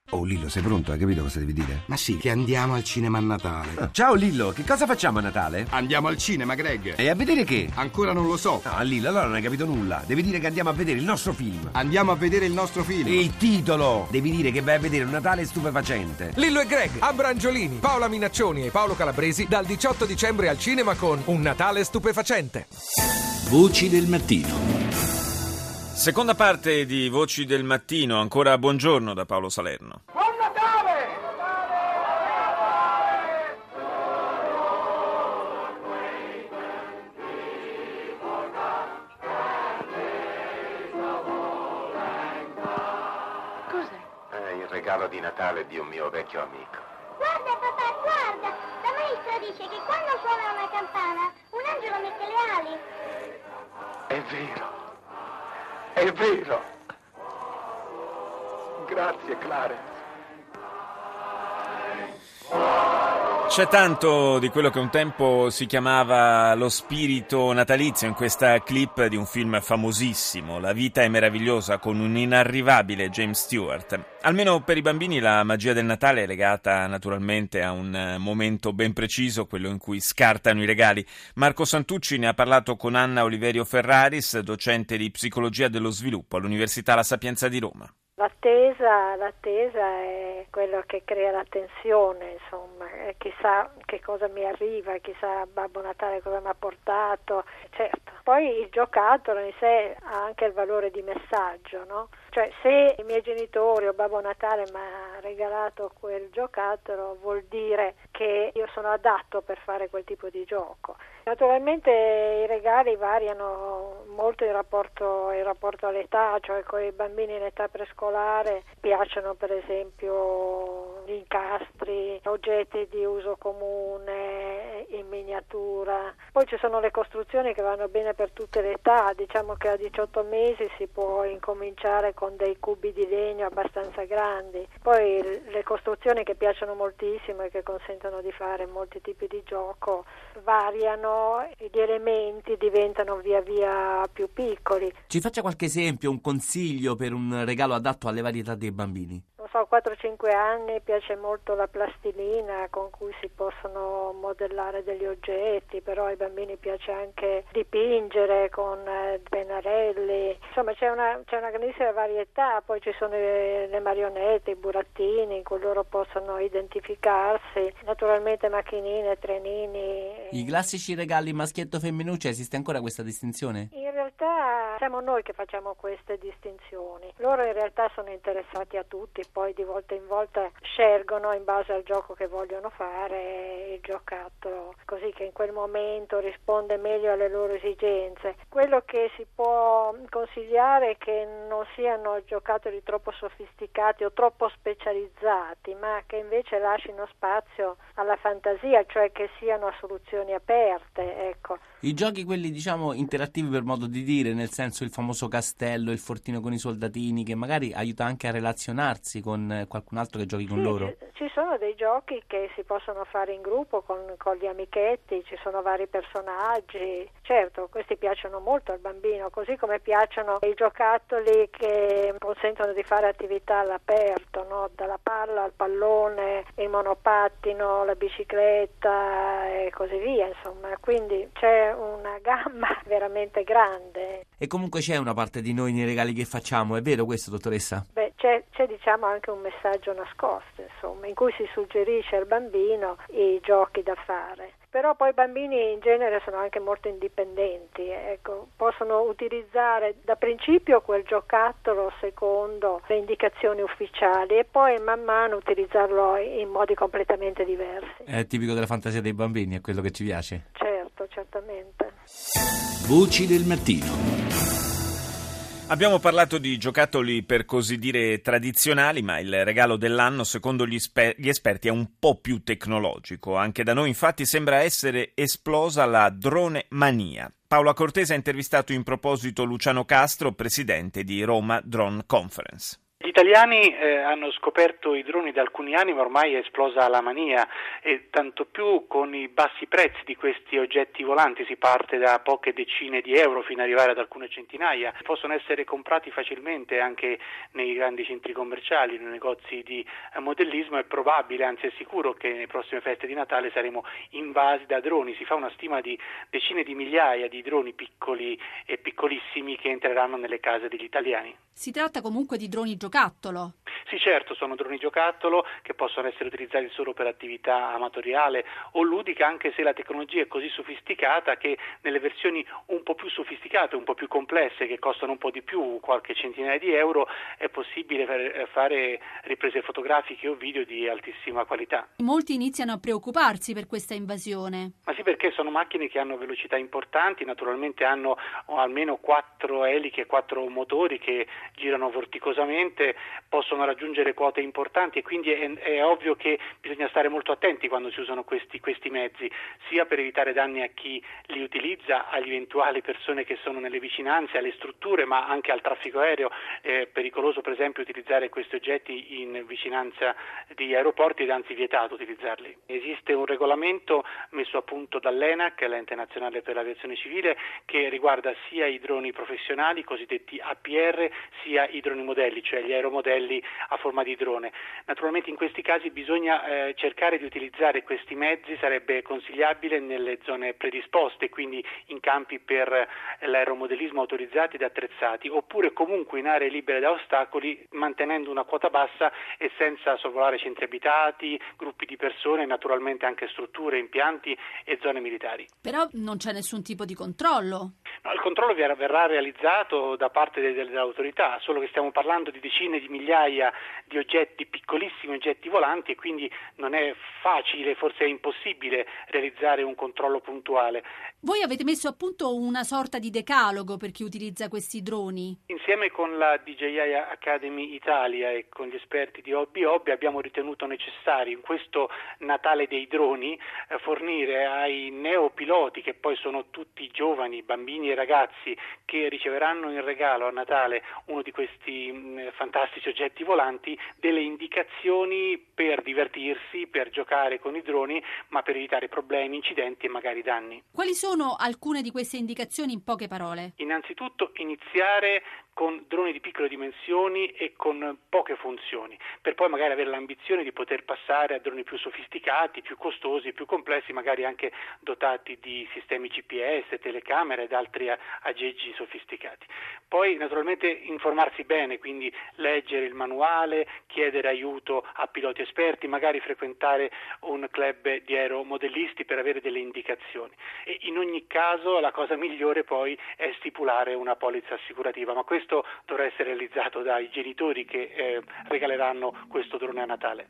Oh Lillo, sei pronto? Hai capito cosa devi dire? Ma sì, che andiamo al cinema a Natale. Ciao Lillo, che cosa facciamo a Natale? Andiamo al cinema, Greg. E a vedere che? Ancora non lo so. No, Lillo, allora non hai capito nulla. Devi dire che andiamo a vedere il nostro film. Andiamo a vedere il nostro film. Il titolo! Devi dire che vai a vedere un Natale stupefacente. Lillo e Greg, Abrangiolini, Paola Minaccioni e Paolo Calabresi dal 18 dicembre al cinema con Un Natale stupefacente. Voci del mattino. Seconda parte di Voci del Mattino, ancora buongiorno da Paolo Salerno. Buon Natale! Cos'è? Il regalo di Natale di un mio vecchio amico. Guarda papà, guarda! La maestra dice che quando suona una campana, un angelo mette le ali. È vero. È vero. Grazie, Clarence. C'è tanto di quello che un tempo si chiamava lo spirito natalizio in questa clip di un film famosissimo, La vita è meravigliosa, con un inarrivabile James Stewart. Almeno per i bambini la magia del Natale è legata naturalmente a un momento ben preciso, quello in cui scartano i regali. Marco Santucci ne ha parlato con Anna Oliverio Ferraris, docente di psicologia dello sviluppo all'Università La Sapienza di Roma. L'attesa è quello che crea la tensione, insomma, chissà che cosa mi arriva, chissà Babbo Natale cosa mi ha portato, certo. Poi il giocattolo in sé ha anche il valore di messaggio, no? Cioè se i miei genitori o Babbo Natale mi ha regalato quel giocattolo vuol dire che io sono adatto per fare quel tipo di gioco. Naturalmente i regali variano molto in rapporto all'età, cioè con i bambini in età prescolare piacciono per esempio gli incastri, oggetti di uso comune in miniatura. Poi ci sono le costruzioni che vanno bene per tutte le età, diciamo che a 18 mesi si può incominciare con dei cubi di legno abbastanza grandi. Poi le costruzioni che piacciono moltissimo e che consentono di fare molti tipi di gioco variano, gli elementi diventano via via più piccoli. Ci faccia qualche esempio, un consiglio per un regalo adatto alle varietà dei bambini? Non so, 4-5 anni piace molto la plastilina con cui si possono modellare degli oggetti, però ai bambini piace anche dipingere con pennarelli. Insomma c'è una grandissima varietà, poi ci sono le marionette, i burattini in cui loro possono identificarsi, naturalmente macchinine, trenini. I classici regali maschietto femminuccio, esiste ancora questa distinzione? In realtà siamo noi che facciamo queste distinzioni, loro in realtà sono interessati a tutti, poi di volta in volta scelgono in base al gioco che vogliono fare il giocattolo, così che in quel momento risponde meglio alle loro esigenze. Quello che si può consigliare è che non siano giocattoli troppo sofisticati o troppo specializzati, ma che invece lasciano spazio alla fantasia, cioè che siano a soluzioni aperte, ecco. I giochi quelli diciamo interattivi per modo di dire, nel senso il famoso castello, il fortino con i soldatini, che magari aiuta anche a relazionarsi con qualcun altro che giochi con loro. Ci sono dei giochi che si possono fare in gruppo con gli amichetti, ci sono vari personaggi, certo questi piacciono molto al bambino, così come piacciono i giocattoli che consentono di fare attività all'aperto, no? Dalla palla al pallone, il monopattino, la bicicletta e così via, insomma, quindi c'è una gamma veramente grande. E comunque c'è una parte di noi nei regali che facciamo, è vero questo, dottoressa? Beh, c'è diciamo anche un messaggio nascosto, insomma, in cui si suggerisce al bambino i giochi da fare. Però poi i bambini in genere sono anche molto indipendenti, ecco, possono utilizzare da principio quel giocattolo secondo le indicazioni ufficiali e poi man mano utilizzarlo in modi completamente diversi. È tipico della fantasia dei bambini, è quello che ci piace. Certo, certamente. Voci del mattino. Abbiamo parlato di giocattoli per così dire tradizionali, ma il regalo dell'anno secondo gli esperti è un po' più tecnologico. Anche da noi infatti sembra essere esplosa la drone mania. Paola Cortese ha intervistato in proposito Luciano Castro, presidente di Roma Drone Conference. Gli italiani hanno scoperto i droni da alcuni anni, ma ormai è esplosa la mania, e tanto più con i bassi prezzi di questi oggetti volanti. Si parte da poche decine di euro fino ad arrivare ad alcune centinaia. Possono essere comprati facilmente anche nei grandi centri commerciali, nei negozi di modellismo. È probabile, anzi è sicuro, che nelle prossime feste di Natale saremo invasi da droni. Si fa una stima di decine di migliaia di droni piccoli e piccolissimi che entreranno nelle case degli italiani. Si tratta comunque di droni giocattolo. Sì, certo, sono droni giocattolo che possono essere utilizzati solo per attività amatoriale o ludica, anche se la tecnologia è così sofisticata che nelle versioni un po' più sofisticate, un po' più complesse, che costano un po' di più, qualche centinaia di euro, è possibile fare riprese fotografiche o video di altissima qualità. Molti iniziano a preoccuparsi per questa invasione. Ma sì, perché sono macchine che hanno velocità importanti, naturalmente hanno almeno 4 eliche, 4 motori che girano vorticosamente, possono raggiungere quote importanti, e quindi è ovvio che bisogna stare molto attenti quando si usano questi mezzi, sia per evitare danni a chi li utilizza, agli eventuali persone che sono nelle vicinanze, alle strutture, ma anche al traffico aereo. È pericoloso per esempio utilizzare questi oggetti in vicinanza di aeroporti, ed anzi vietato utilizzarli. Esiste un regolamento messo a punto dall'ENAC, l'Ente Nazionale per l'Aviazione Civile, che riguarda sia i droni professionali, cosiddetti APR, sia i droni modelli, cioè gli aeromodelli a forma di drone. Naturalmente in questi casi bisogna cercare di utilizzare questi mezzi, sarebbe consigliabile nelle zone predisposte, quindi in campi per l'aeromodellismo autorizzati ed attrezzati, oppure comunque in aree libere da ostacoli, mantenendo una quota bassa e senza sorvolare centri abitati, gruppi di persone, naturalmente anche strutture, impianti e zone militari. Però non c'è nessun tipo di controllo. No, il controllo verrà realizzato da parte delle autorità, solo che stiamo parlando di decine di migliaia di oggetti, piccolissimi oggetti volanti, e quindi non è facile, forse è impossibile realizzare un controllo puntuale. Voi avete messo a punto una sorta di decalogo per chi utilizza questi droni? Insieme con la DJI Academy Italia e con gli esperti di Hobby abbiamo ritenuto necessario in questo Natale dei droni fornire ai neopiloti, che poi sono tutti giovani, bambini e ragazzi, che riceveranno in regalo a Natale uno di questi fantastici oggetti volanti, delle indicazioni per divertirsi, per giocare con i droni, ma per evitare problemi, incidenti e magari danni. Quali sono alcune di queste indicazioni in poche parole? Innanzitutto iniziare con droni di piccole dimensioni e con poche funzioni, per poi magari avere l'ambizione di poter passare a droni più sofisticati, più costosi, più complessi, magari anche dotati di sistemi GPS, telecamere ed altri aggeggi sofisticati. Poi naturalmente informarsi bene, quindi leggere il manuale, chiedere aiuto a piloti esperti, magari frequentare un club di aeromodellisti per avere delle indicazioni. E in ogni caso la cosa migliore poi è stipulare una polizza assicurativa, ma questo dovrà essere realizzato dai genitori che regaleranno questo drone a Natale.